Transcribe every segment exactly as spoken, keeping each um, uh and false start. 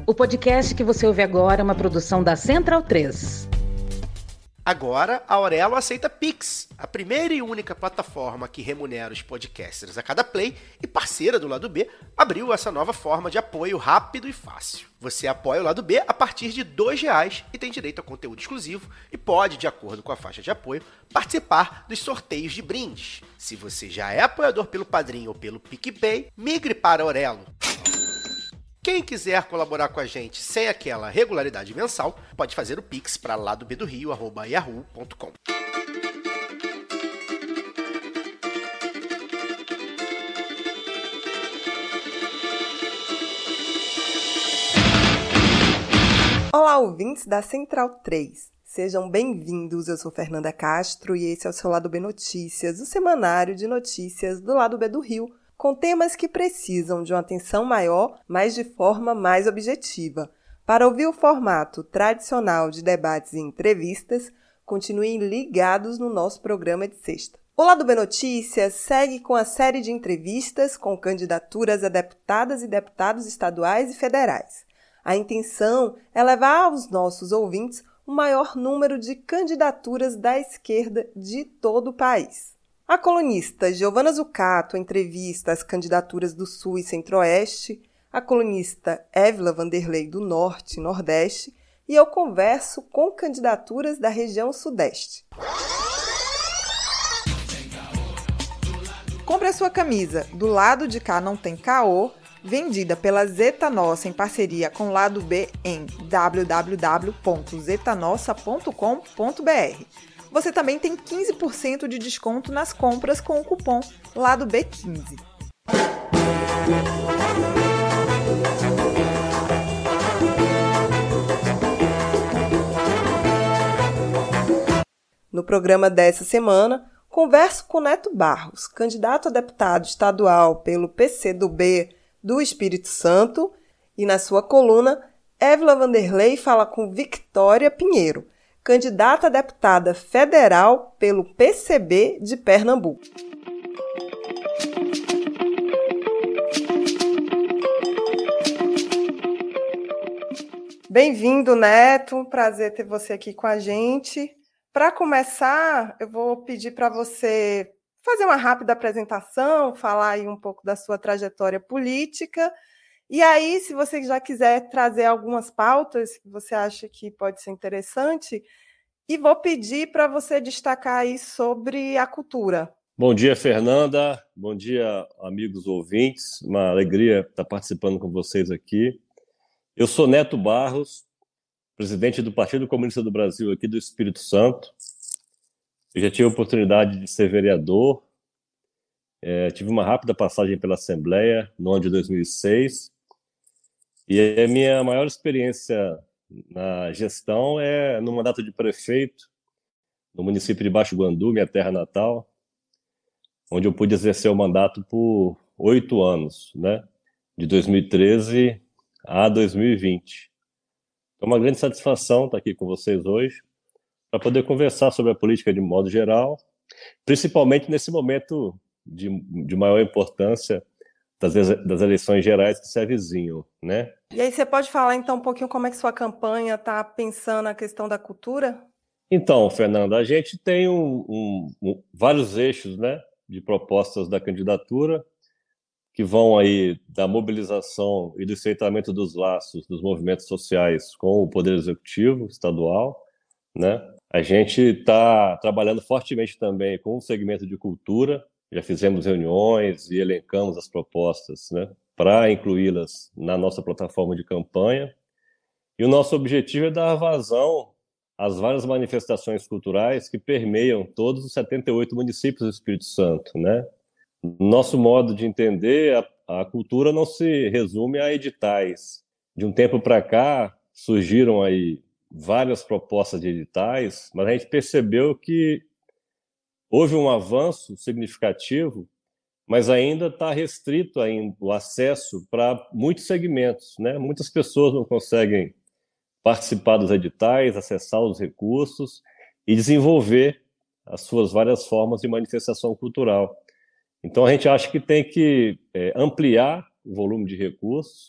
O podcast que você ouve agora é uma produção da Central três. Agora, a Aurelo aceita Pix, a primeira e única plataforma que remunera os podcasters a cada play e parceira do Lado B, abriu essa nova forma de apoio rápido e fácil. Você apoia o Lado B a partir de dois reais e tem direito a conteúdo exclusivo e pode, de acordo com a faixa de apoio, participar dos sorteios de brindes. Se você já é apoiador pelo Padrim ou pelo PicPay, migre para a Aurelo. Quem quiser colaborar com a gente sem aquela regularidade mensal, pode fazer o Pix para ladobedorio arroba yahoo ponto com. Olá, ouvintes da Central três. Sejam bem-vindos, eu sou Fernanda Castro e esse é o seu Lado B Notícias, o semanário de notícias do Lado B do Rio, com temas que precisam de uma atenção maior, mas de forma mais objetiva. Para ouvir o formato tradicional de debates e entrevistas, continuem ligados no nosso programa de sexta. O Lado B Notícias segue com a série de entrevistas com candidaturas a deputadas e deputados estaduais e federais. A intenção é levar aos nossos ouvintes o maior número de candidaturas da esquerda de todo o país. A colunista Giovana Zucato entrevista as candidaturas do Sul e Centro-Oeste, a colunista Évila Vanderlei do Norte e Nordeste, e eu converso com candidaturas da região Sudeste. Compre a sua camisa Do Lado de Cá Não Tem Caô, vendida pela Zeta Nossa em parceria com o Lado B em w w w ponto zeta nossa ponto com ponto b r. Você também tem quinze por cento de desconto nas compras com o cupom Lado B quinze. No programa dessa semana, converso com Neto Barros, candidato a deputado estadual pelo P C do B do Espírito Santo, e na sua coluna, Évila Vanderlei fala com Victória Pinheiro, candidata a deputada federal pelo P C B de Pernambuco. Bem-vindo, Neto. Prazer ter você aqui com a gente. Para começar, eu vou pedir para você fazer uma rápida apresentação, falar aí um pouco da sua trajetória política. E aí, se você já quiser trazer algumas pautas que você acha que pode ser interessante, e vou pedir para você destacar aí sobre a cultura. Bom dia, Fernanda. Bom dia, amigos ouvintes. Uma alegria estar participando com vocês aqui. Eu sou Neto Barros, presidente do Partido Comunista do Brasil aqui do Espírito Santo. Eu já tive a oportunidade de ser vereador. É, tive uma rápida passagem pela Assembleia no ano de dois mil e seis. E a minha maior experiência na gestão é no mandato de prefeito no município de Baixo Guandu, minha terra natal, onde eu pude exercer o mandato por oito anos, né? De dois mil e treze a dois mil e vinte. É uma grande satisfação estar aqui com vocês hoje para poder conversar sobre a política de modo geral, principalmente nesse momento de, de maior importância Das, das eleições gerais que se avizinham, né? E aí você pode falar então um pouquinho como é que sua campanha está pensando a questão da cultura? Então, Fernanda, a gente tem um, um, um, vários eixos, né, de propostas da candidatura que vão aí da mobilização e do estreitamento dos laços dos movimentos sociais com o Poder Executivo estadual, né? A gente está trabalhando fortemente também com o segmento de cultura. Já fizemos reuniões e elencamos as propostas, né, para incluí-las na nossa plataforma de campanha. E o nosso objetivo é dar vazão às várias manifestações culturais que permeiam todos os setenta e oito municípios do Espírito Santo, né? Nosso modo de entender, a, a cultura não se resume a editais. De um tempo para cá, surgiram aí várias propostas de editais, mas a gente percebeu que houve um avanço significativo, mas ainda está restrito ainda o acesso para muitos segmentos, né? Muitas pessoas não conseguem participar dos editais, acessar os recursos e desenvolver as suas várias formas de manifestação cultural. Então, a gente acha que tem que é, ampliar o volume de recursos,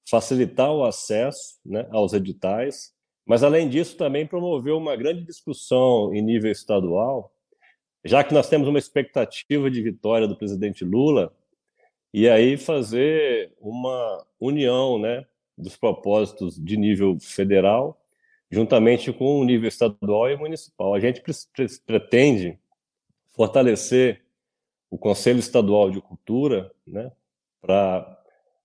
facilitar o acesso, né, aos editais, mas, além disso, também promover uma grande discussão em nível estadual, já que nós temos uma expectativa de vitória do presidente Lula, e aí fazer uma união, né, dos propósitos de nível federal, juntamente com o nível estadual e municipal. A gente pre pre pretende fortalecer o Conselho Estadual de Cultura, né, para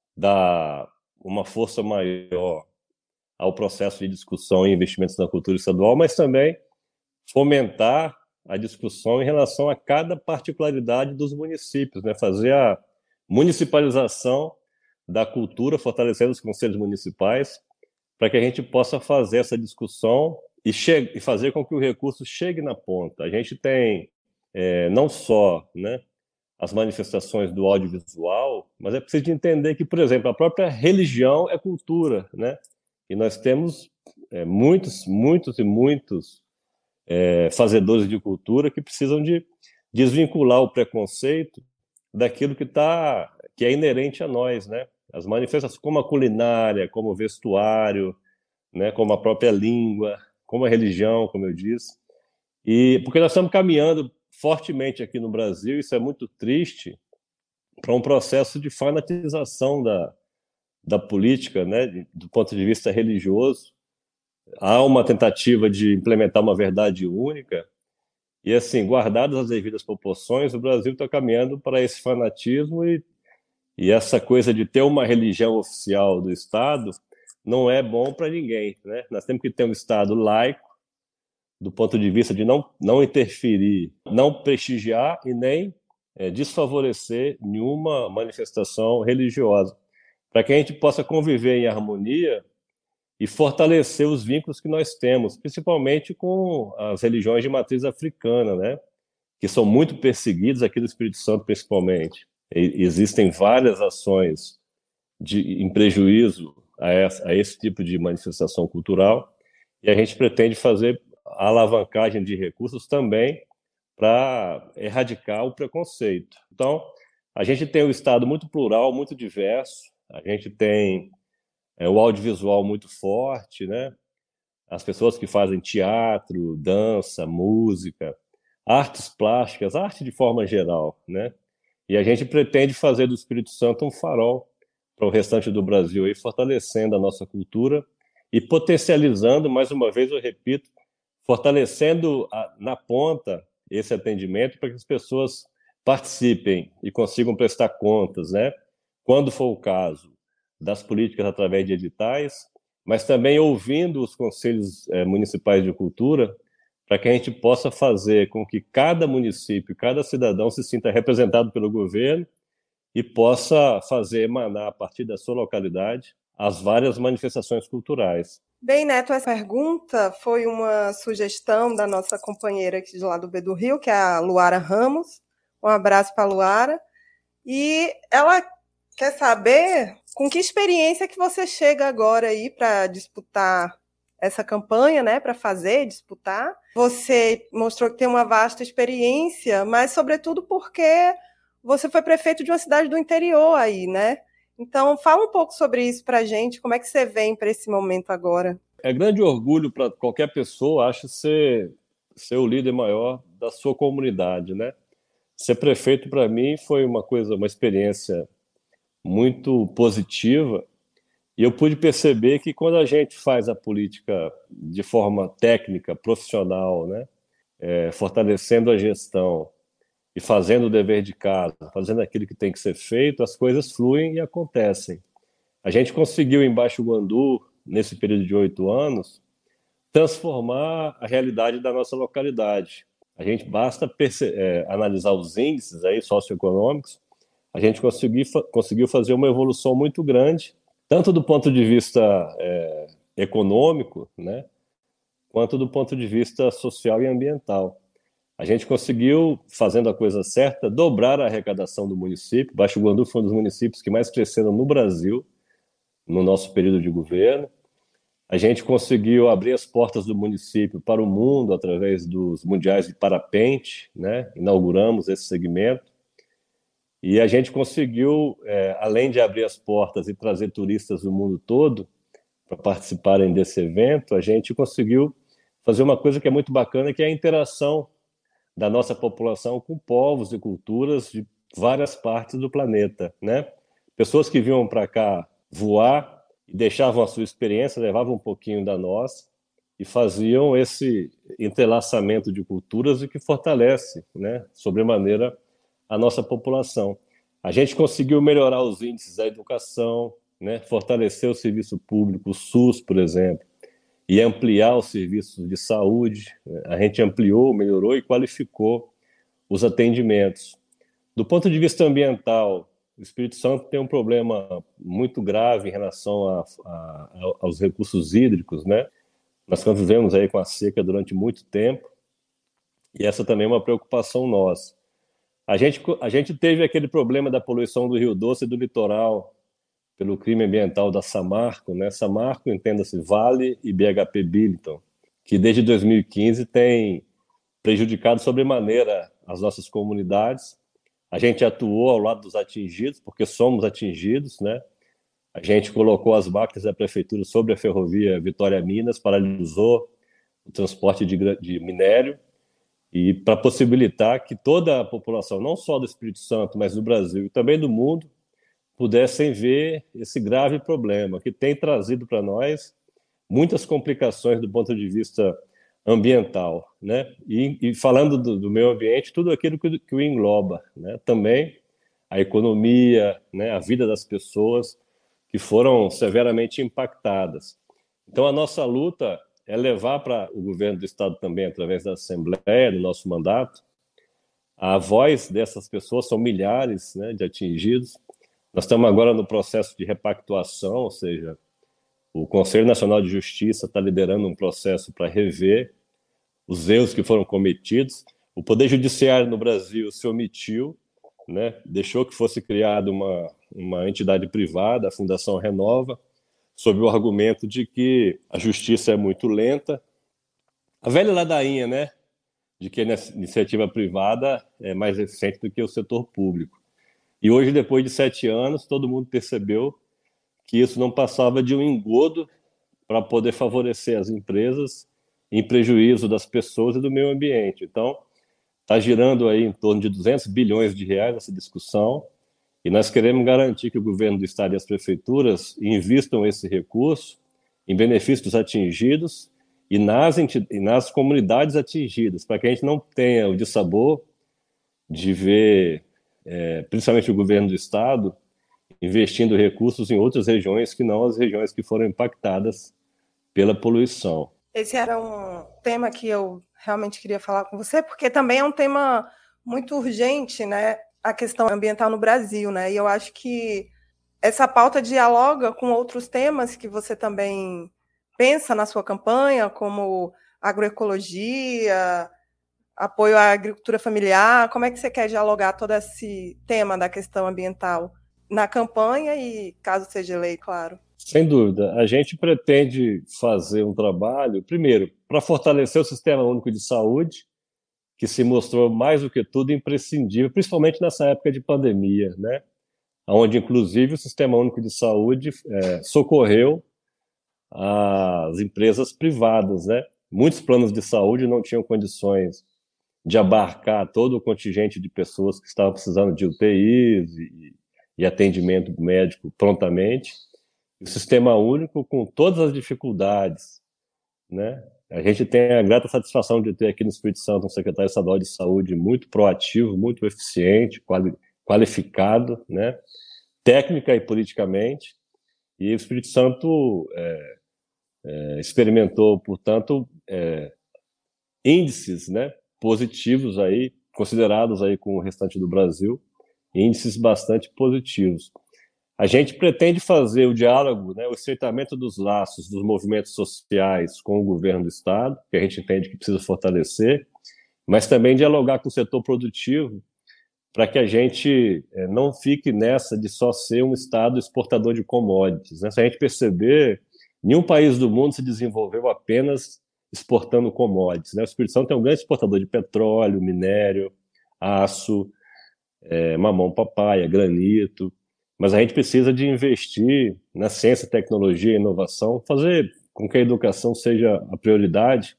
dar uma força maior ao processo de discussão e investimentos na cultura estadual, mas também fomentar a discussão em relação a cada particularidade dos municípios, né, fazer a municipalização da cultura, fortalecendo os conselhos municipais, para que a gente possa fazer essa discussão e, e fazer com que o recurso chegue na ponta. A gente tem é, não só, né, as manifestações do audiovisual, mas é preciso entender que, por exemplo, a própria religião é cultura, né? E nós temos é, muitos, muitos e muitos é, fazedores de cultura que precisam de desvincular o preconceito daquilo que tá, que é inerente a nós, né? As manifestações como a culinária, como o vestuário, né? Como a própria língua, como a religião, como eu disse. E porque nós estamos caminhando fortemente aqui no Brasil, isso é muito triste, para um processo de fanatização da, da política, né, do ponto de vista religioso. Há uma tentativa de implementar uma verdade única, e, assim, guardadas as devidas proporções, o Brasil está caminhando para esse fanatismo e, e essa coisa de ter uma religião oficial do Estado não é bom para ninguém, né? Nós temos que ter um Estado laico, do ponto de vista de não, não interferir, não prestigiar e nem é, desfavorecer nenhuma manifestação religiosa, para que a gente possa conviver em harmonia e fortalecer os vínculos que nós temos, principalmente com as religiões de matriz africana, né, que são muito perseguidas aqui no Espírito Santo, principalmente. E existem várias ações de, em prejuízo a, essa, a esse tipo de manifestação cultural, e a gente pretende fazer a alavancagem de recursos também para erradicar o preconceito. Então, a gente tem um Estado muito plural, muito diverso, a gente tem é, o audiovisual muito forte, né? As pessoas que fazem teatro, dança, música, artes plásticas, arte de forma geral, né? E a gente pretende fazer do Espírito Santo um farol para o restante do Brasil, aí, fortalecendo a nossa cultura e potencializando, mais uma vez eu repito, fortalecendo a, na ponta esse atendimento para que as pessoas participem e consigam prestar contas, né? Quando for o caso, das políticas através de editais, mas também ouvindo os conselhos eh, municipais de cultura, para que a gente possa fazer com que cada município, cada cidadão se sinta representado pelo governo e possa fazer emanar, a partir da sua localidade, as várias manifestações culturais. Bem, Neto, essa pergunta foi uma sugestão da nossa companheira aqui do lado B do Rio, que é a Luara Ramos. Um abraço para a Luara. E ela quer saber com que experiência que você chega agora aí para disputar essa campanha, né, para fazer, disputar. Você mostrou que tem uma vasta experiência, mas sobretudo porque você foi prefeito de uma cidade do interior aí, né? Então, fala um pouco sobre isso para a gente, como é que você vem para esse momento agora? É grande orgulho para qualquer pessoa, acho, ser, ser o líder maior da sua comunidade, né? Ser prefeito, para mim, foi uma coisa, uma experiência muito positiva, e eu pude perceber que quando a gente faz a política de forma técnica, profissional, né? É, fortalecendo a gestão e fazendo o dever de casa, fazendo aquilo que tem que ser feito, as coisas fluem e acontecem. A gente conseguiu, em Baixo Guandu, nesse período de oito anos, transformar a realidade da nossa localidade. A gente basta é, analisar os índices aí, socioeconômicos, a gente conseguiu, conseguiu fazer uma evolução muito grande, tanto do ponto de vista é, econômico, né, quanto do ponto de vista social e ambiental. A gente conseguiu, fazendo a coisa certa, dobrar a arrecadação do município. Baixo Guandu foi um dos municípios que mais cresceram no Brasil, no nosso período de governo. A gente conseguiu abrir as portas do município para o mundo através dos mundiais de parapente, né? Inauguramos esse segmento. E a gente conseguiu, é, além de abrir as portas e trazer turistas do mundo todo para participarem desse evento, a gente conseguiu fazer uma coisa que é muito bacana, que é a interação da nossa população com povos e culturas de várias partes do planeta, né? Pessoas que vinham para cá voar e deixavam a sua experiência, levavam um pouquinho da nossa e faziam esse entrelaçamento de culturas, e que fortalece, né, sobremaneira a nossa população. A gente conseguiu melhorar os índices da educação, né, fortalecer o serviço público, o SUS, por exemplo, e ampliar os serviços de saúde. A gente ampliou, melhorou e qualificou os atendimentos. Do ponto de vista ambiental, o Espírito Santo tem um problema muito grave em relação a, a, aos recursos hídricos, né? Nós convivemos aí com a seca durante muito tempo, e essa também é uma preocupação nossa. A gente, a gente teve aquele problema da poluição do Rio Doce e do litoral pelo crime ambiental da Samarco, né? Samarco, entenda-se Vale e B H P Billiton, que desde dois mil e quinze tem prejudicado sobremaneira as nossas comunidades. A gente atuou ao lado dos atingidos, porque somos atingidos, né? A gente colocou as máquinas da prefeitura sobre a ferrovia Vitória-Minas, paralisou o transporte de, de minério, e para possibilitar que toda a população, não só do Espírito Santo, mas do Brasil e também do mundo, pudessem ver esse grave problema, que tem trazido para nós muitas complicações do ponto de vista ambiental, né? E, e falando do, do meio ambiente, tudo aquilo que, que o engloba, né? Também a economia, né? A vida das pessoas que foram severamente impactadas. Então, a nossa luta é levar para o governo do Estado também, através da Assembleia, do nosso mandato, a voz dessas pessoas. São milhares, né, de atingidos. Nós estamos agora no processo de repactuação, ou seja, o Conselho Nacional de Justiça está liderando um processo para rever os erros que foram cometidos. O Poder Judiciário no Brasil se omitiu, né, deixou que fosse criada uma, uma entidade privada, a Fundação Renova, sob o argumento de que a justiça é muito lenta. A velha ladainha, né, de que a iniciativa privada é mais eficiente do que o setor público. E hoje, depois de sete anos, todo mundo percebeu que isso não passava de um engodo para poder favorecer as empresas em prejuízo das pessoas e do meio ambiente. Então, está girando aí em torno de duzentos bilhões de reais essa discussão, e nós queremos garantir que o governo do Estado e as prefeituras investam esse recurso em benefício dos atingidos e nas, e nas comunidades atingidas, para que a gente não tenha o dissabor de ver, é, principalmente o governo do Estado, investindo recursos em outras regiões que não as regiões que foram impactadas pela poluição. Esse era um tema que eu realmente queria falar com você, porque também é um tema muito urgente, né? A questão ambiental no Brasil, né? E eu acho que essa pauta dialoga com outros temas que você também pensa na sua campanha, como agroecologia, apoio à agricultura familiar. Como é que você quer dialogar todo esse tema da questão ambiental na campanha e caso seja eleito, claro? Sem dúvida. A gente pretende fazer um trabalho, primeiro, para fortalecer o Sistema Único de Saúde, que se mostrou mais do que tudo imprescindível, principalmente nessa época de pandemia, né? Onde, inclusive, o Sistema Único de Saúde é, socorreu as empresas privadas, né? Muitos planos de saúde não tinham condições de abarcar todo o contingente de pessoas que estavam precisando de U T Is e, e atendimento médico prontamente. O Sistema Único, com todas as dificuldades, né? A gente tem a grata satisfação de ter aqui no Espírito Santo um secretário estadual de saúde muito proativo, muito eficiente, quali, qualificado, né? Técnica e politicamente. E o Espírito Santo é, é, experimentou, portanto, é, índices, né, positivos, aí, considerados aí com o restante do Brasil, índices bastante positivos. A gente pretende fazer o diálogo, né, o estreitamento dos laços dos movimentos sociais com o governo do Estado, que a gente entende que precisa fortalecer, mas também dialogar com o setor produtivo para que a gente é, não fique nessa de só ser um Estado exportador de commodities, né? Se a gente perceber, nenhum país do mundo se desenvolveu apenas exportando commodities, né? O Espírito Santo é um grande exportador de petróleo, minério, aço, é, mamão papaya, granito, mas a gente precisa de investir na ciência, tecnologia e inovação, fazer com que a educação seja a prioridade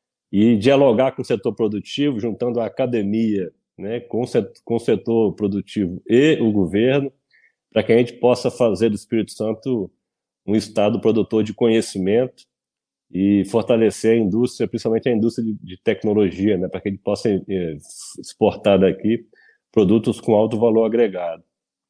e dialogar com o setor produtivo, juntando a academia, né, com, o setor, com o setor produtivo e o governo, para que a gente possa fazer do Espírito Santo um estado produtor de conhecimento e fortalecer a indústria, principalmente a indústria de, de tecnologia, né, para que a gente possa eh, exportar daqui produtos com alto valor agregado.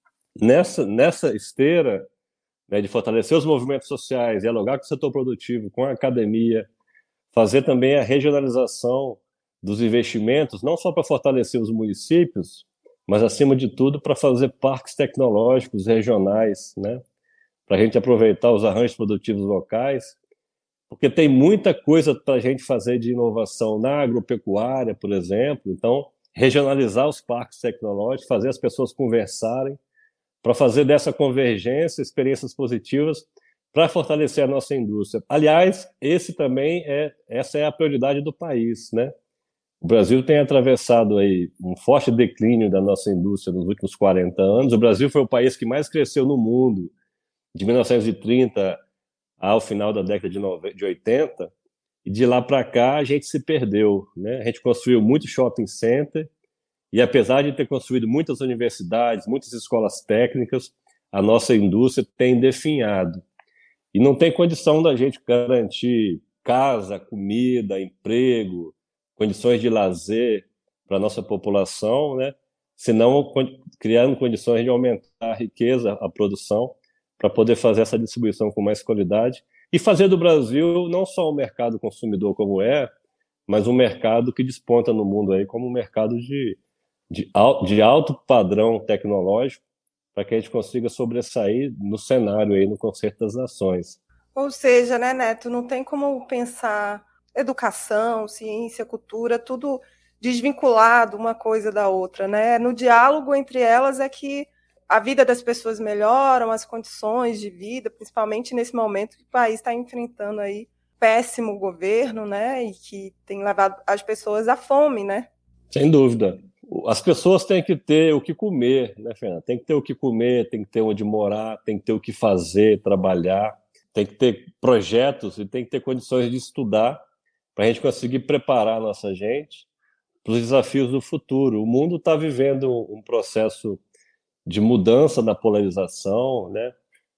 Nessa, nessa esteira, né, de fortalecer os movimentos sociais, dialogar com o setor produtivo, com a academia, fazer também a regionalização dos investimentos, não só para fortalecer os municípios, mas, acima de tudo, para fazer parques tecnológicos regionais, né, para a gente aproveitar os arranjos produtivos locais, porque tem muita coisa para a gente fazer de inovação na agropecuária, por exemplo. Então, regionalizar os parques tecnológicos, fazer as pessoas conversarem, para fazer dessa convergência experiências positivas para fortalecer a nossa indústria. Aliás, esse também é, essa é a prioridade do país, né? O Brasil tem atravessado aí um forte declínio da nossa indústria nos últimos quarenta anos. O Brasil foi o país que mais cresceu no mundo de mil novecentos e trinta ao final da década de oitenta, e de lá para cá a gente se perdeu, né? A gente construiu muito shopping center, e apesar de ter construído muitas universidades, muitas escolas técnicas, a nossa indústria tem definhado. E não tem condição da gente garantir casa, comida, emprego, condições de lazer para a nossa população, né? Senão criando condições de aumentar a riqueza, a produção, para poder fazer essa distribuição com mais qualidade e fazer do Brasil não só um mercado consumidor como é, mas um mercado que desponta no mundo aí como um mercado de, de, de alto padrão tecnológico, para que a gente consiga sobressair no cenário aí, no concerto das nações. Ou seja, né, Neto, não tem como pensar educação, ciência, cultura, tudo desvinculado uma coisa da outra, né? No diálogo entre elas é que a vida das pessoas melhoram, as condições de vida, principalmente nesse momento que o país está enfrentando aí péssimo governo, né, e que tem levado as pessoas à fome, né? Sem dúvida. As pessoas têm que ter o que comer, né, Fernanda? Tem que ter o que comer, tem que ter onde morar, tem que ter o que fazer, trabalhar, tem que ter projetos e tem que ter condições de estudar para a gente conseguir preparar a nossa gente para os desafios do futuro. O mundo está vivendo um processo de mudança da polarização, né?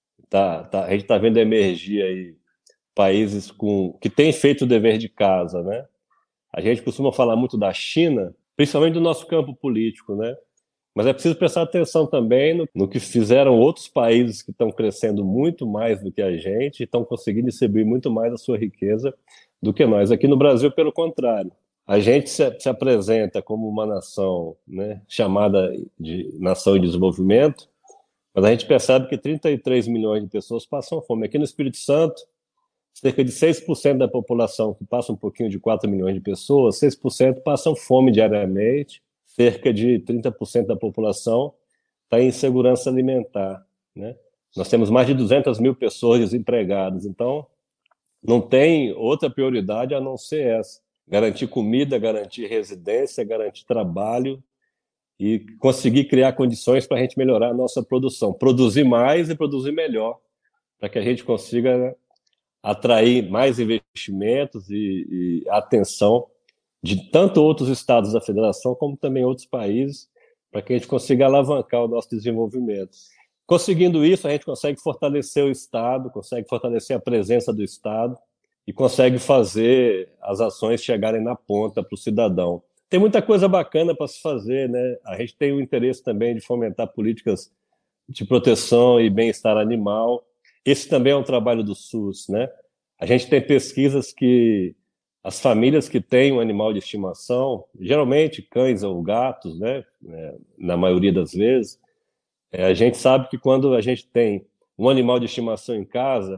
Tá, tá, a gente está vendo emergir aí países com, que têm feito o dever de casa, né? A gente costuma falar muito da China, principalmente do nosso campo político, né? Mas é preciso prestar atenção também no, no que fizeram outros países que estão crescendo muito mais do que a gente e estão conseguindo distribuir muito mais a sua riqueza do que nós. Aqui no Brasil, pelo contrário. A gente se, se apresenta como uma nação, né, chamada de nação em desenvolvimento, mas a gente percebe que trinta e três milhões de pessoas passam fome. Aqui no Espírito Santo, cerca de seis por cento da população, que passa um pouquinho de quatro milhões de pessoas, seis por cento passam fome diariamente, cerca de trinta por cento da população está em insegurança alimentar, né? Nós temos mais de duzentas mil pessoas desempregadas, então não tem outra prioridade a não ser essa. Garantir comida, garantir residência, garantir trabalho e conseguir criar condições para a gente melhorar a nossa produção. Produzir mais e produzir melhor, para que a gente consiga atrair mais investimentos e, e atenção de tanto outros estados da federação como também outros países, para que a gente consiga alavancar o nosso desenvolvimento. Conseguindo isso, a gente consegue fortalecer o Estado, consegue fortalecer a presença do Estado, e consegue fazer as ações chegarem na ponta para o cidadão. Tem muita coisa bacana para se fazer, né? A gente tem o interesse também de fomentar políticas de proteção e bem-estar animal. Esse também é um trabalho do SUS, né? A gente tem pesquisas que as famílias que têm um animal de estimação, geralmente cães ou gatos, né? Na maioria das vezes, a gente sabe que quando a gente tem um animal de estimação em casa,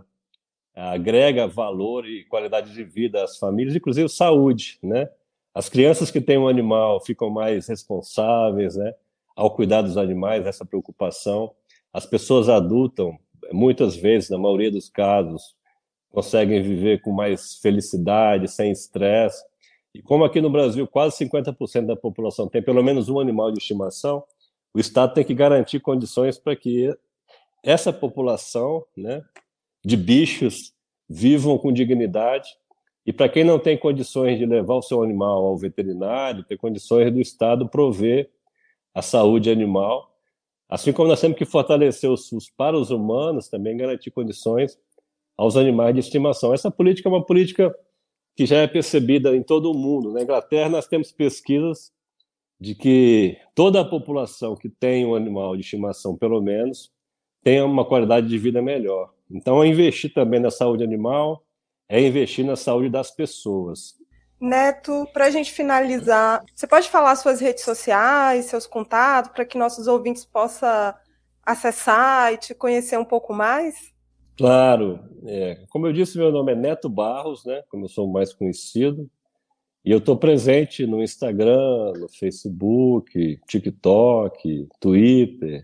agrega valor e qualidade de vida às famílias, inclusive saúde, né? As crianças que têm um animal ficam mais responsáveis, né, ao cuidar dos animais, essa preocupação. As pessoas adultas, muitas vezes, na maioria dos casos, conseguem viver com mais felicidade, sem estresse. E como aqui no Brasil quase cinquenta por cento da população tem pelo menos um animal de estimação, o Estado tem que garantir condições para que essa população, né, de bichos vivam com dignidade, e para quem não tem condições de levar o seu animal ao veterinário, ter condições do Estado prover a saúde animal, assim como nós temos que fortalecer o SUS para os humanos, também garantir condições aos animais de estimação. Essa política é uma política que já é percebida em todo o mundo. Na Inglaterra, nós temos pesquisas de que toda a população que tem um animal de estimação, pelo menos, tenha uma qualidade de vida melhor. Então, é investir também na saúde animal, é investir na saúde das pessoas. Neto, para a gente finalizar, você pode falar suas redes sociais, seus contatos, para que nossos ouvintes possam acessar e te conhecer um pouco mais? Claro. É, como eu disse, meu nome é Neto Barros, né, como eu sou mais conhecido, e eu estou presente no Instagram, no Facebook, TikTok, Twitter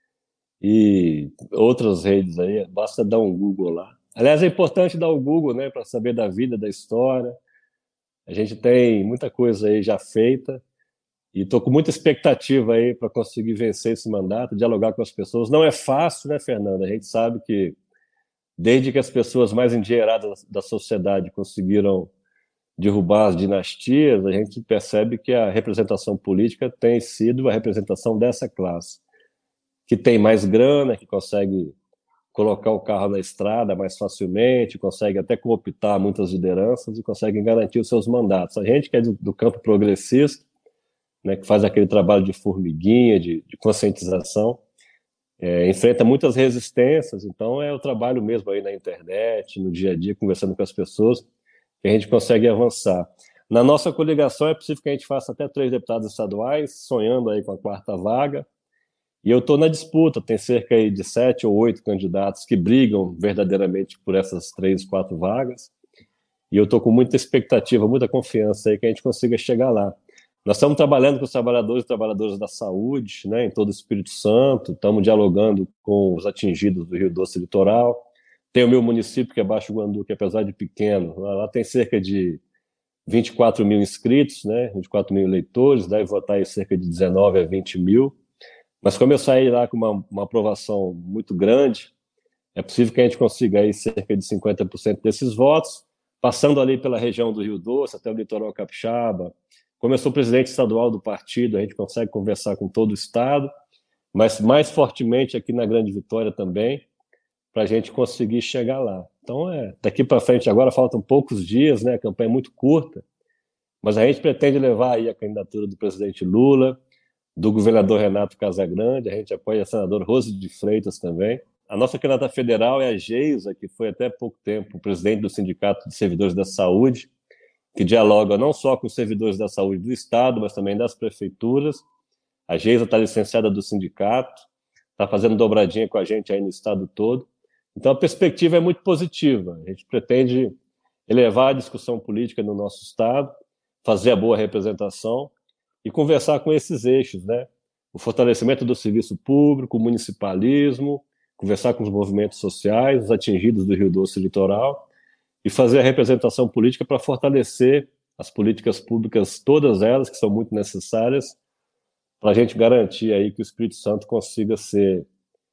e outras redes aí, basta dar um Google lá. Aliás, é importante dar o Google, né, para saber da vida, da história. A gente tem muita coisa aí já feita e estou com muita expectativa aí para conseguir vencer esse mandato, dialogar com as pessoas. Não é fácil, né, Fernanda? A gente sabe que desde que as pessoas mais endinheiradas da sociedade conseguiram derrubar as dinastias, a gente percebe que a representação política tem sido a representação dessa classe, que tem mais grana, que consegue colocar o carro na estrada mais facilmente, consegue até cooptar muitas lideranças e consegue garantir os seus mandatos. A gente que é do, do campo progressista, né, que faz aquele trabalho de formiguinha, de, de conscientização, é, enfrenta muitas resistências, então é o trabalho mesmo aí na internet, no dia a dia, conversando com as pessoas, que a gente consegue avançar. Na nossa coligação é possível que a gente faça até três deputados estaduais, sonhando aí com a quarta vaga, e eu estou na disputa, tem cerca aí de sete ou oito candidatos que brigam verdadeiramente por essas três, quatro vagas, e eu estou com muita expectativa, muita confiança aí que a gente consiga chegar lá. Nós estamos trabalhando com os trabalhadores e trabalhadoras da saúde, né, em todo o Espírito Santo, estamos dialogando com os atingidos do Rio Doce Litoral. Tem o meu município, que é Baixo Guandu, que apesar de pequeno, lá tem cerca de vinte e quatro mil inscritos, né, vinte e quatro mil eleitores, deve votar aí cerca de dezenove a vinte mil. Mas como eu saí lá com uma, uma aprovação muito grande, é possível que a gente consiga aí cerca de cinquenta por cento desses votos, passando ali pela região do Rio Doce, até o litoral capixaba. Como eu sou presidente estadual do partido, a gente consegue conversar com todo o estado, mas mais fortemente aqui na Grande Vitória também, para a gente conseguir chegar lá. Então, é, daqui para frente agora faltam poucos dias, né? A campanha é muito curta, mas a gente pretende levar aí a candidatura do presidente Lula, do governador Renato Casagrande, a gente apoia a senadora Rose de Freitas também. A nossa candidata federal é a Geisa, que foi até pouco tempo presidente do Sindicato de Servidores da Saúde, que dialoga não só com os servidores da saúde do Estado, mas também das prefeituras. A Geisa está licenciada do sindicato, está fazendo dobradinha com a gente aí no Estado todo. Então a perspectiva é muito positiva. A gente pretende elevar a discussão política no nosso Estado, fazer a boa representação e conversar com esses eixos, né? O fortalecimento do serviço público, o municipalismo, conversar com os movimentos sociais, os atingidos do Rio Doce Litoral, e fazer a representação política para fortalecer as políticas públicas, todas elas que são muito necessárias, para a gente garantir aí que o Espírito Santo consiga ser,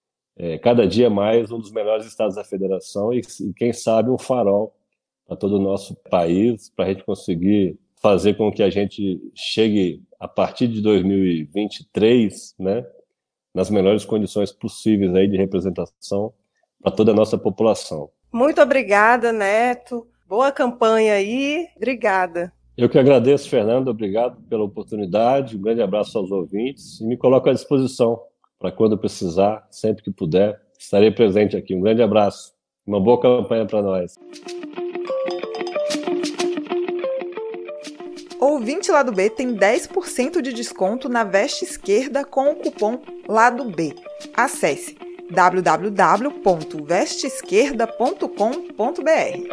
é, cada dia mais, um dos melhores estados da federação e, e quem sabe, um farol para todo o nosso país, para a gente conseguir fazer com que a gente chegue, a partir de dois mil e vinte e três, né, nas melhores condições possíveis aí de representação para toda a nossa população. Muito obrigada, Neto. Boa campanha aí. Obrigada. Eu que agradeço, Fernando. Obrigado pela oportunidade. Um grande abraço aos ouvintes e me coloco à disposição para quando precisar, sempre que puder. Estarei presente aqui. Um grande abraço. Uma boa campanha para nós. Ouvinte Lado B tem dez por cento de desconto na veste esquerda com o cupom Lado B. Acesse w w w ponto veste esquerda ponto com ponto b r.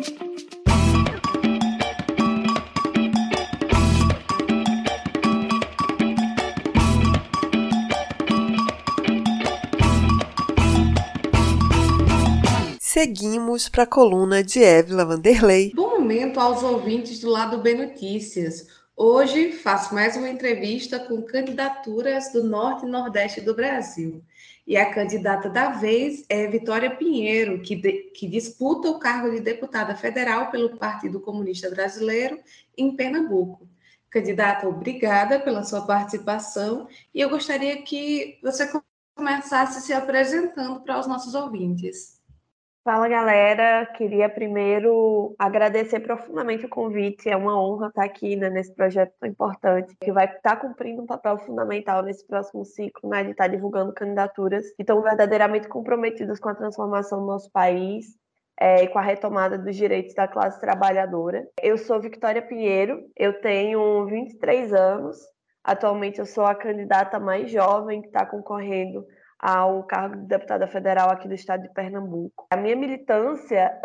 Seguimos para a coluna de Évila Vanderlei. Bom momento aos ouvintes do Lado B Notícias. Hoje faço mais uma entrevista com candidaturas do Norte e Nordeste do Brasil. E a candidata da vez é Vitória Pinheiro, que, de, que disputa o cargo de deputada federal pelo Partido Comunista Brasileiro em Pernambuco. Candidata, obrigada pela sua participação e eu gostaria que você começasse se apresentando para os nossos ouvintes. Fala, galera. Queria primeiro agradecer profundamente o convite. É uma honra estar aqui, né, nesse projeto tão importante, que vai estar cumprindo um papel fundamental nesse próximo ciclo, né, de estar divulgando candidaturas que estão verdadeiramente comprometidas com a transformação do nosso país é, e com a retomada dos direitos da classe trabalhadora. Eu sou Vitória Pinheiro, eu tenho vinte e três anos. Atualmente eu sou a candidata mais jovem que está concorrendo ao cargo de deputada federal aqui do estado de Pernambuco. A minha militância,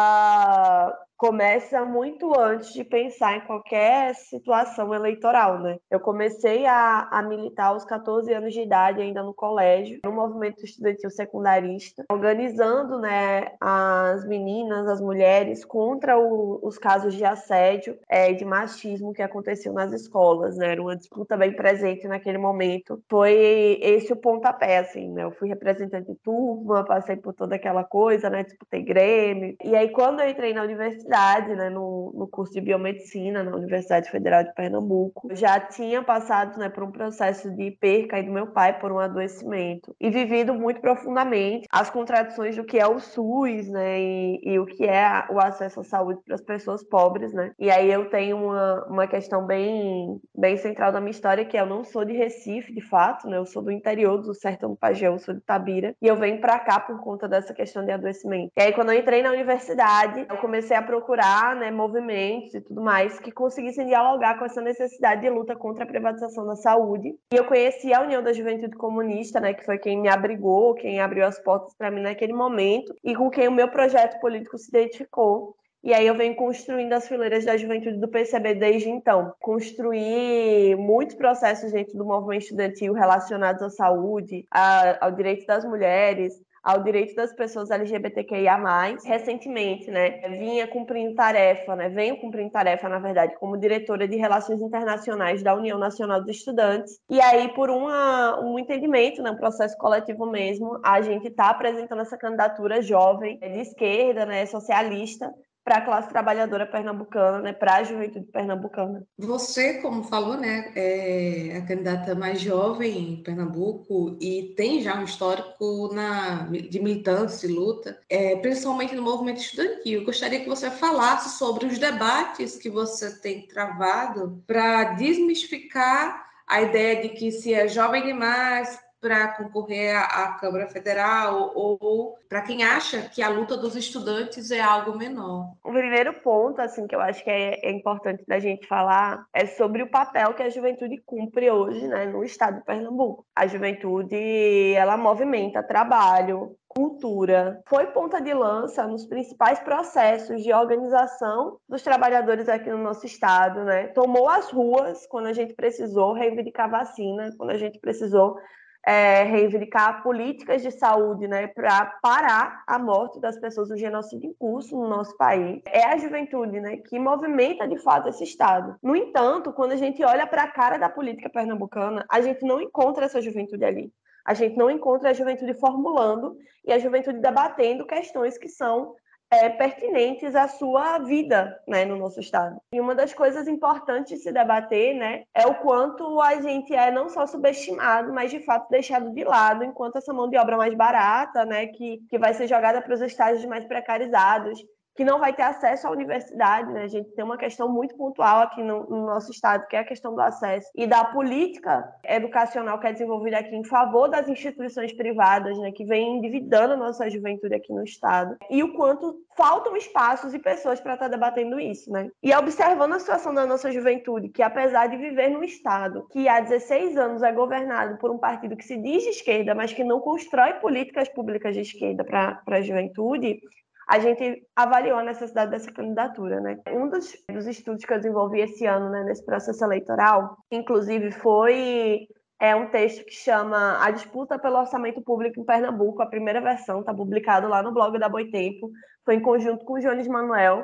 ela começa muito antes de pensar em qualquer situação eleitoral, né? Eu comecei a, a militar aos catorze anos de idade, ainda no colégio, no movimento estudantil secundarista, organizando, né, as meninas, as mulheres, contra o, os casos de assédio e é, de machismo que aconteciam nas escolas, né? Era uma disputa bem presente naquele momento. Foi esse o pontapé, assim, né? Eu fui representante de turma, passei por toda aquela coisa, né? Disputei Grêmio. E aí, quando eu entrei na universidade, né, no, no curso de biomedicina na Universidade Federal de Pernambuco, eu já tinha passado, né, por um processo de perca aí do meu pai por um adoecimento e vivido muito profundamente as contradições do que é o SUS, né, e, e o que é o acesso à saúde para as pessoas pobres, né. E aí eu tenho uma, uma questão bem, bem central da minha história, que eu não sou de Recife, de fato, né, eu sou do interior do Sertão do Pajeú, sou de Itabira, e eu venho para cá por conta dessa questão de adoecimento. E aí, quando eu entrei na universidade, eu comecei a procurar, né, movimentos e tudo mais que conseguissem dialogar com essa necessidade de luta contra a privatização da saúde. E eu conheci a União da Juventude Comunista, né, que foi quem me abrigou, quem abriu as portas para mim naquele momento e com quem o meu projeto político se identificou. E aí eu venho construindo as fileiras da juventude do P C B desde então. Construí muitos processos dentro do movimento estudantil relacionados à saúde, a, ao direito das mulheres, ao direito das pessoas L G B T Q I A mais. Recentemente, né, vinha cumprindo tarefa, né, venho cumprindo tarefa, na verdade, como diretora de Relações Internacionais da União Nacional dos Estudantes. E aí, por uma, um entendimento, né, um processo coletivo mesmo, a gente está apresentando essa candidatura jovem, de esquerda, né, socialista, para a classe trabalhadora pernambucana, né, para a juventude pernambucana. Você, como falou, né, é a candidata mais jovem em Pernambuco e tem já um histórico na, de militância e luta, é, principalmente no movimento estudantil. Eu gostaria que você falasse sobre os debates que você tem travado para desmistificar a ideia de que se é jovem demais para concorrer à Câmara Federal ou, ou para quem acha que a luta dos estudantes é algo menor. O primeiro ponto, assim, que eu acho que é, é importante da gente falar é sobre o papel que a juventude cumpre hoje, né, no estado de Pernambuco. A juventude, ela movimenta trabalho, cultura, foi ponta de lança nos principais processos de organização dos trabalhadores aqui no nosso estado, né? Tomou as ruas quando a gente precisou reivindicar vacina, quando a gente precisou É, reivindicar políticas de saúde, né, para parar a morte das pessoas do genocídio em curso no nosso país. É a juventude, né, que movimenta de fato esse estado. No entanto, quando a gente olha para a cara da política pernambucana, a gente não encontra essa juventude ali. A gente não encontra a juventude formulando e a juventude debatendo questões que são É, pertinentes à sua vida, né, no nosso estado. E uma das coisas importantes de se debater, né, é o quanto a gente é não só subestimado, mas de fato deixado de lado enquanto essa mão de obra mais barata, né, que, que vai ser jogada para os estágios mais precarizados, que não vai ter acesso à universidade, né? A gente tem uma questão muito pontual aqui no, no nosso estado, que é a questão do acesso e da política educacional que é desenvolvida aqui em favor das instituições privadas, né, que vem endividando a nossa juventude aqui no estado, e o quanto faltam espaços e pessoas para estar debatendo isso, né? E observando a situação da nossa juventude, que apesar de viver num estado que há dezesseis anos é governado por um partido que se diz de esquerda, mas que não constrói políticas públicas de esquerda para a juventude, a gente avaliou a necessidade dessa candidatura, né? Um dos, dos estudos que eu desenvolvi esse ano, né, nesse processo eleitoral, inclusive, foi é, um texto que chama A Disputa pelo Orçamento Público em Pernambuco. A primeira versão está publicado lá no blog da Boitempo. Foi em conjunto com o Jones Manuel.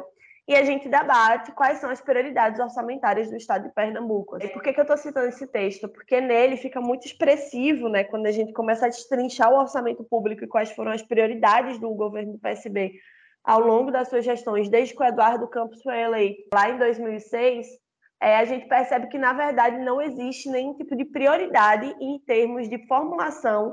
e a gente debate quais são as prioridades orçamentárias do Estado de Pernambuco. E por que, que eu estou citando esse texto? Porque nele fica muito expressivo, né, quando a gente começa a destrinchar o orçamento público e quais foram as prioridades do governo do P S B ao longo das suas gestões, desde que o Eduardo Campos foi eleito lá em dois mil e seis, é, a gente percebe que, na verdade, não existe nenhum tipo de prioridade em termos de formulação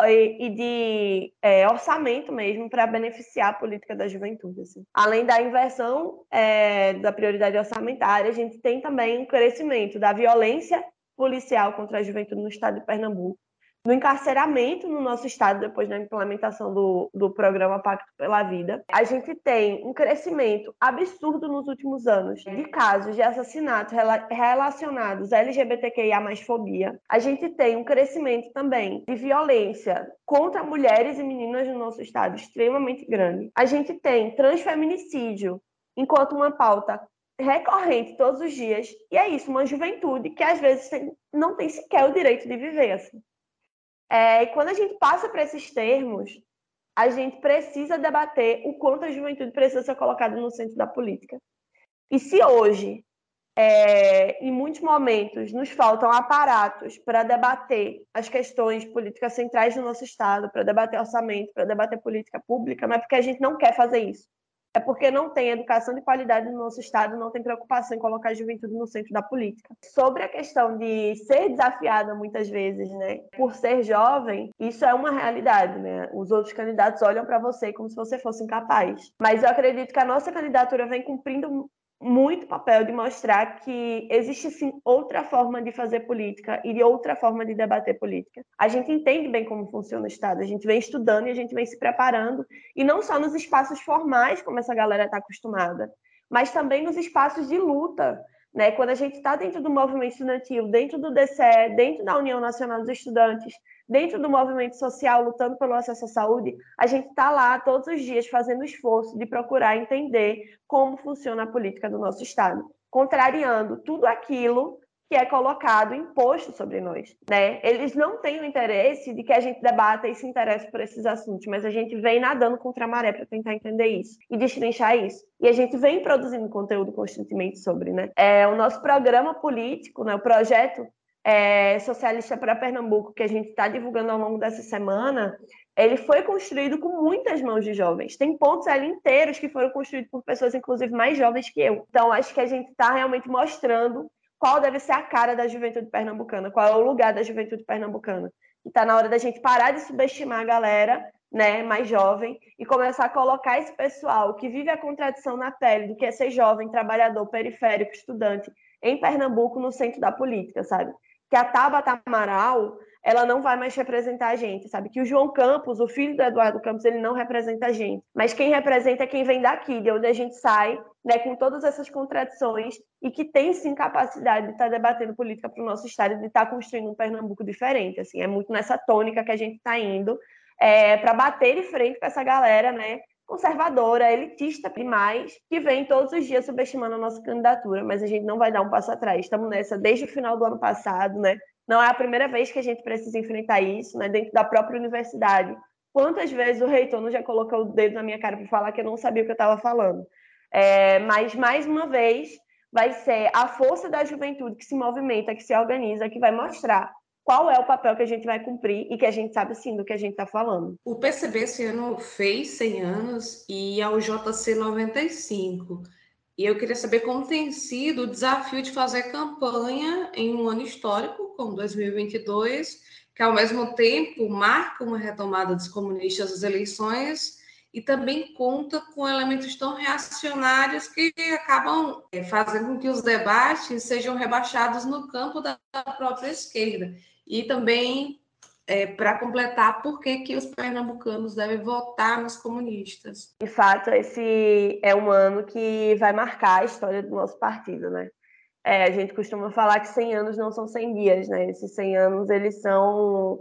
e de é, orçamento mesmo para beneficiar a política da juventude. Assim. Além da inversão é, da prioridade orçamentária, a gente tem também um crescimento da violência policial contra a juventude no estado de Pernambuco, do encarceramento no nosso estado depois da implementação do, do programa Pacto pela Vida. A gente tem um crescimento absurdo nos últimos anos de casos de assassinatos rela- relacionados à L G B T Q I A mais fobia. A gente tem um crescimento também de violência contra mulheres e meninas no nosso estado extremamente grande. A gente tem transfeminicídio enquanto uma pauta recorrente todos os dias. E é isso, uma juventude que às vezes tem, não tem sequer o direito de viver assim. É, e quando a gente passa para esses termos, a gente precisa debater o quanto a juventude precisa ser colocada no centro da política. E se hoje, é, em muitos momentos, nos faltam aparatos para debater as questões políticas centrais do nosso Estado, para debater orçamento, para debater política pública, não é porque a gente não quer fazer isso. É porque não tem educação de qualidade no nosso Estado, não tem preocupação em colocar a juventude no centro da política. Sobre a questão de ser desafiada muitas vezes, né, por ser jovem, isso é uma realidade, né? Os outros candidatos olham para você como se você fosse incapaz. Mas eu acredito que a nossa candidatura vem cumprindo muito papel de mostrar que existe sim outra forma de fazer política e de outra forma de debater política. A gente entende bem como funciona o Estado, a gente vem estudando e a gente vem se preparando, e não só nos espaços formais, como essa galera está acostumada, mas também nos espaços de luta, né? Quando a gente está dentro do movimento estudantil, dentro do D C E, dentro da União Nacional dos Estudantes, dentro do movimento social, lutando pelo acesso à saúde, a gente está lá todos os dias fazendo o esforço de procurar entender como funciona a política do nosso Estado, contrariando tudo aquilo que é colocado, imposto sobre nós, né? Eles não têm o interesse de que a gente debata e se interesse por esses assuntos, mas a gente vem nadando contra a maré para tentar entender isso e destrinchar isso. E a gente vem produzindo conteúdo constantemente sobre, né? É, o nosso programa político, né, o projeto É, Socialista para Pernambuco, que a gente está divulgando ao longo dessa semana, ele foi construído com muitas mãos de jovens. Tem pontos ali inteiros que foram construídos por pessoas, inclusive, mais jovens que eu. Então, acho que a gente está realmente mostrando qual deve ser a cara da juventude pernambucana, qual é o lugar da juventude pernambucana. E está na hora da gente parar de subestimar a galera, né, mais jovem, e começar a colocar esse pessoal que vive a contradição na pele do que é ser jovem, trabalhador, periférico, estudante, em Pernambuco, no centro da política, sabe? Que a Tabata Amaral, ela não vai mais representar a gente, sabe? Que o João Campos, o filho do Eduardo Campos, ele não representa a gente. Mas quem representa é quem vem daqui, de onde a gente sai, né, com todas essas contradições e que tem, sim, capacidade de estar debatendo política para o nosso estado e de estar construindo um Pernambuco diferente. Assim, é muito nessa tônica que a gente está indo é, para bater de frente com essa galera, né, conservadora, elitista demais, que vem todos os dias subestimando a nossa candidatura, mas a gente não vai dar um passo atrás. Estamos nessa desde o final do ano passado, né? Não é a primeira vez que a gente precisa enfrentar isso, né? Dentro da própria universidade. Quantas vezes o reitor não já colocou o dedo na minha cara para falar que eu não sabia o que eu estava falando? É, mas, mais uma vez, vai ser a força da juventude que se movimenta, que se organiza, que vai mostrar qual é o papel que a gente vai cumprir e que a gente sabe, sim, do que a gente está falando. O P C B esse ano fez cem anos e ao J C noventa e cinco. E eu queria saber como tem sido o desafio de fazer campanha em um ano histórico, como dois mil e vinte e dois, que ao mesmo tempo marca uma retomada dos comunistas das eleições e também conta com elementos tão reacionários que acabam fazendo com que os debates sejam rebaixados no campo da própria esquerda. E também, é, para completar, por que, que os pernambucanos devem votar nos comunistas. De fato, esse é um ano que vai marcar a história do nosso partido, né? É, a gente costuma falar que cem anos não são cem dias, né? Esses cem anos, eles são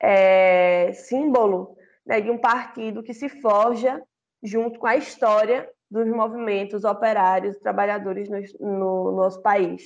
é, símbolo, né, de um partido que se forja junto com a história dos movimentos operários e trabalhadores no, no nosso país.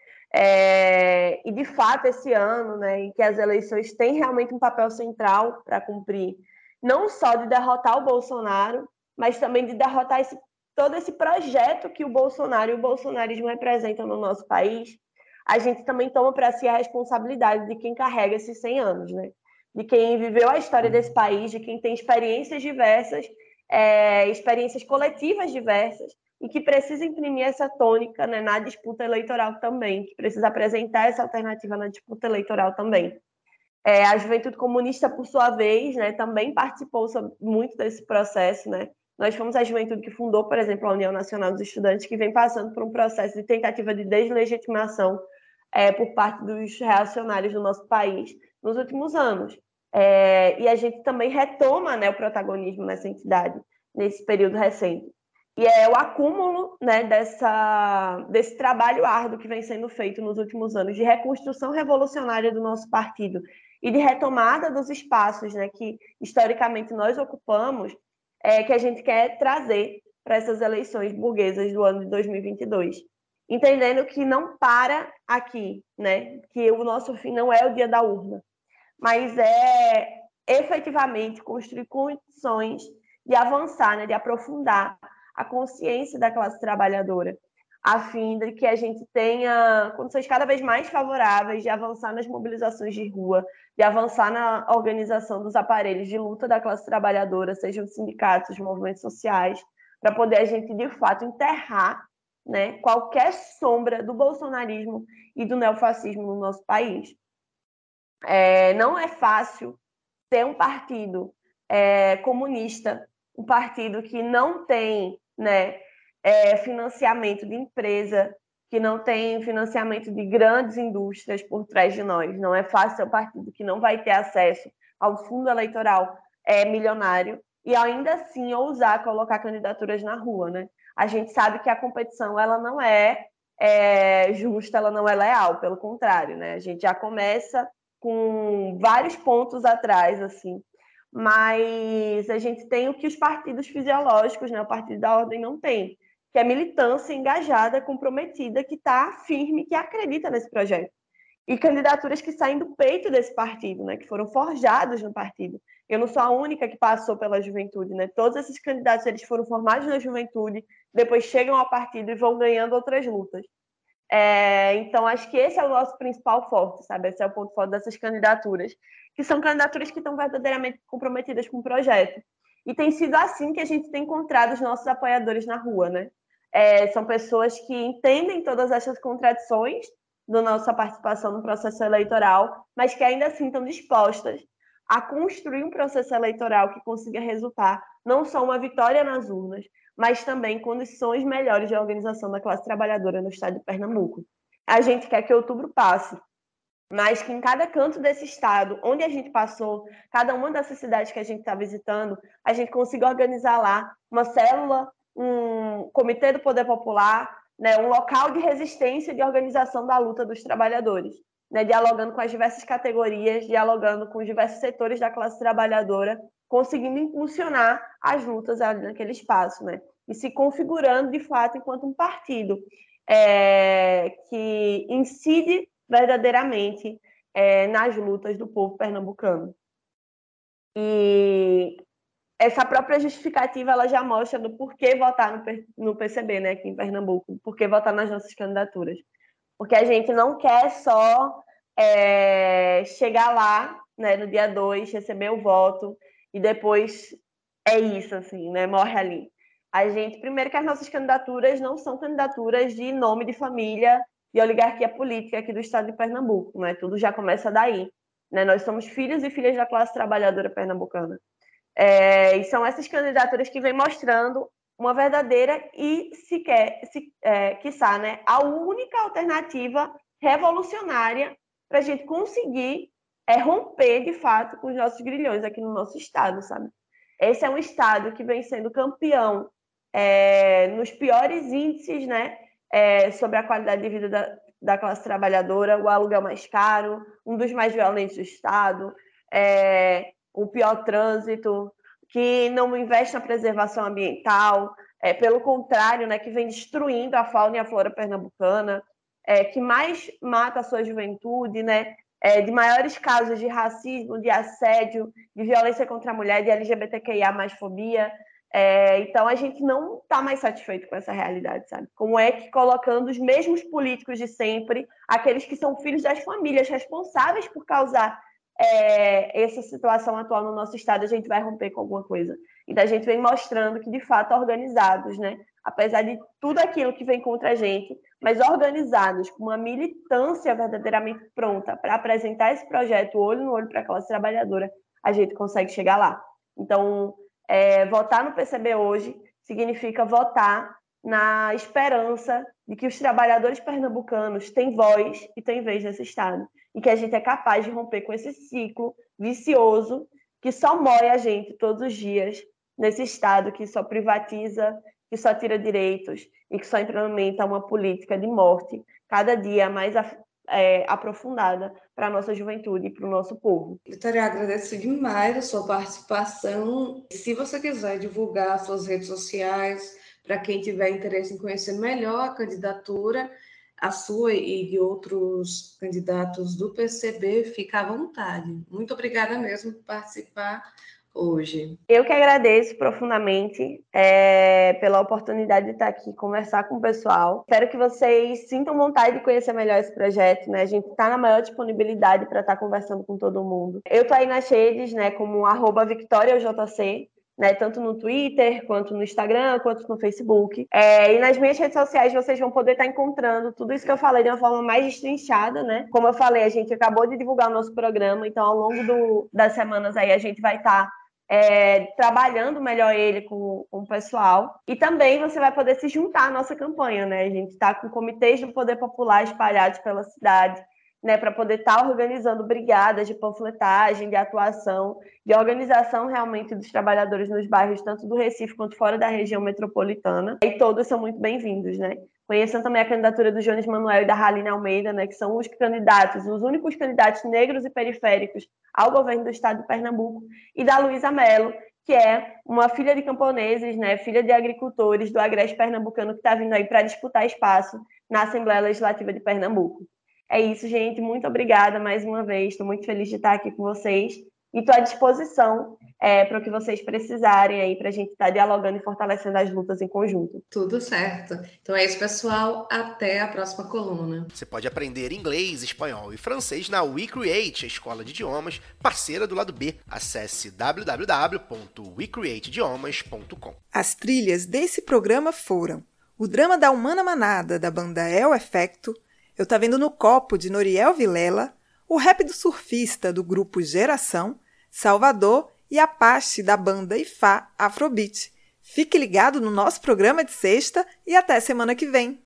É, e, de fato, esse ano, né, em que as eleições têm realmente um papel central para cumprir, não só de derrotar o Bolsonaro, mas também de derrotar esse todo esse projeto que o Bolsonaro e o bolsonarismo representam no nosso país, a gente também toma para si a responsabilidade de quem carrega esses cem anos, né? De quem viveu a história desse país, de quem tem experiências diversas, é, experiências coletivas diversas, e que precisa imprimir essa tônica, né, na disputa eleitoral também, que precisa apresentar essa alternativa na disputa eleitoral também. É, a Juventude Comunista, por sua vez, né, também participou muito desse processo, né? Nós fomos a juventude que fundou, por exemplo, a União Nacional dos Estudantes, que vem passando por um processo de tentativa de deslegitimação é, por parte dos reacionários do nosso país nos últimos anos. É, e a gente também retoma, né, o protagonismo nessa entidade, nesse período recente. E é o acúmulo, né, dessa, desse trabalho árduo que vem sendo feito nos últimos anos de reconstrução revolucionária do nosso partido e de retomada dos espaços, né, que historicamente nós ocupamos, é, que a gente quer trazer para essas eleições burguesas do ano de dois mil e vinte e dois. Entendendo que não para aqui, né, que o nosso fim não é o dia da urna, mas é efetivamente construir condições de avançar, né, de aprofundar a consciência da classe trabalhadora, a fim de que a gente tenha condições cada vez mais favoráveis de avançar nas mobilizações de rua, de avançar na organização dos aparelhos de luta da classe trabalhadora, sejam os sindicatos, os movimentos sociais, para poder a gente, de fato, enterrar, né, qualquer sombra do bolsonarismo e do neofascismo no nosso país. É, não é fácil ter um partido é, comunista, um partido que não tem, né, é, financiamento de empresa, que não tem financiamento de grandes indústrias por trás de nós. Não é fácil ser um partido que não vai ter acesso ao fundo eleitoral é, milionário e ainda assim ousar colocar candidaturas na rua, né? A gente sabe que a competição ela não é, é justa, ela não é leal, pelo contrário, né? A gente já começa com vários pontos atrás, assim, mas a gente tem o que os partidos fisiológicos, né, o Partido da Ordem não tem, que é militância engajada, comprometida, que está firme, que acredita nesse projeto. E candidaturas que saem do peito desse partido, né, que foram forjados no partido. Eu não sou a única que passou pela juventude, né? Todos esses candidatos eles foram formados na juventude, depois chegam ao partido e vão ganhando outras lutas. É, então, acho que esse é o nosso principal forte, sabe? Esse é o ponto forte dessas candidaturas, que são candidaturas que estão verdadeiramente comprometidas com o projeto. E tem sido assim que a gente tem encontrado os nossos apoiadores na rua, né? É, são pessoas que entendem todas essas contradições da nossa participação no processo eleitoral, mas que ainda assim estão dispostas a construir um processo eleitoral que consiga resultar não só uma vitória nas urnas, mas também condições melhores de organização da classe trabalhadora no estado de Pernambuco. A gente quer que outubro passe, mas que em cada canto desse estado, onde a gente passou, cada uma dessas cidades que a gente está visitando, a gente consiga organizar lá uma célula, um comitê do poder popular, né, um local de resistência e de organização da luta dos trabalhadores, né, dialogando com as diversas categorias, dialogando com os diversos setores da classe trabalhadora, conseguindo impulsionar as lutas ali naquele espaço, né? E se configurando, de fato, enquanto um partido é, que incide verdadeiramente é, nas lutas do povo pernambucano. E essa própria justificativa ela já mostra do porquê votar no, no P C B, né, aqui em Pernambuco, porquê votar nas nossas candidaturas. Porque a gente não quer só é, chegar lá, né, no dia dois, receber o voto, e depois é isso, assim, né? Morre ali. A gente, primeiro que as nossas candidaturas não são candidaturas de nome de família, de oligarquia política aqui do estado de Pernambuco, né? Tudo já começa daí, né? Nós somos filhos e filhas da classe trabalhadora pernambucana. É, e são essas candidaturas que vêm mostrando uma verdadeira e sequer, se, é, quiçá, né, a única alternativa revolucionária para a gente conseguir é romper, de fato, com os nossos grilhões aqui no nosso estado, sabe? Esse é um estado que vem sendo campeão é, nos piores índices, né, é, sobre a qualidade de vida da, da classe trabalhadora, o aluguel mais caro, um dos mais violentos do estado, é, o pior trânsito, que não investe na preservação ambiental, é, pelo contrário, né, que vem destruindo a fauna e a flora pernambucana, é, que mais mata a sua juventude, né, É, de maiores casos de racismo, de assédio, de violência contra a mulher, de L G B T Q I A mais fobia, É, então, a gente não está mais satisfeito com essa realidade, sabe? Como é que colocando os mesmos políticos de sempre, aqueles que são filhos das famílias responsáveis por causar é, essa situação atual no nosso estado, a gente vai romper com alguma coisa. Então, a gente vem mostrando que, de fato, organizados, né? Apesar de tudo aquilo que vem contra a gente, mas organizados, com uma militância verdadeiramente pronta para apresentar esse projeto olho no olho para a classe trabalhadora, a gente consegue chegar lá. Então, é, votar no P C B hoje significa votar na esperança de que os trabalhadores pernambucanos têm voz e têm vez nesse estado, e que a gente é capaz de romper com esse ciclo vicioso que só moe a gente todos os dias nesse estado que só privatiza, que só tira direitos e que só implementa uma política de morte cada dia mais é, aprofundada para a nossa juventude e para o nosso povo. Vitória, eu agradeço demais a sua participação. Se você quiser divulgar suas redes sociais, para quem tiver interesse em conhecer melhor a candidatura, a sua e de outros candidatos do P C B, fica à vontade. Muito obrigada mesmo por participar hoje. Eu que agradeço profundamente é, pela oportunidade de estar aqui conversar com o pessoal. Espero que vocês sintam vontade de conhecer melhor esse projeto, né? A gente está na maior disponibilidade para estar conversando com todo mundo. Eu estou aí nas redes, né, como arroba VictoriaJC, né, tanto no Twitter, quanto no Instagram, quanto no Facebook. É, e nas minhas redes sociais vocês vão poder estar encontrando tudo isso que eu falei de uma forma mais destrinchada, né? Como eu falei, a gente acabou de divulgar o nosso programa, então ao longo do, das semanas aí a gente vai estar é, trabalhando melhor ele com, com o pessoal. E também você vai poder se juntar à nossa campanha, né? A gente está com comitês do Poder Popular espalhados pela cidade, né, para poder estar tá organizando brigadas de panfletagem, de atuação, de organização realmente dos trabalhadores nos bairros, tanto do Recife quanto fora da região metropolitana. E todos são muito bem-vindos, né? Conheçam também a candidatura do Jones Manuel e da Haline Almeida, né, que são os candidatos, os únicos candidatos negros e periféricos ao governo do estado de Pernambuco, e da Luísa Mello, que é uma filha de camponeses, né, filha de agricultores do Agreste Pernambucano, que está vindo aí para disputar espaço na Assembleia Legislativa de Pernambuco. É isso, gente. Muito obrigada mais uma vez. Estou muito feliz de estar aqui com vocês e estou à disposição é, para o que vocês precisarem aí, para a gente estar dialogando e fortalecendo as lutas em conjunto. Tudo certo. Então é isso, pessoal. Até a próxima coluna. Você pode aprender inglês, espanhol e francês na WeCreate, a escola de idiomas parceira do Lado B. Acesse w w w ponto we create idiomas ponto com. As trilhas desse programa foram o drama da Humana Manada, da banda El Efecto, Eu Tá Vendo no Copo, de Noriel Vilela, o rap do surfista, do grupo Geração, Salvador e Apache, da banda Ifá Afrobeat. Fique ligado no nosso programa de sexta e até semana que vem.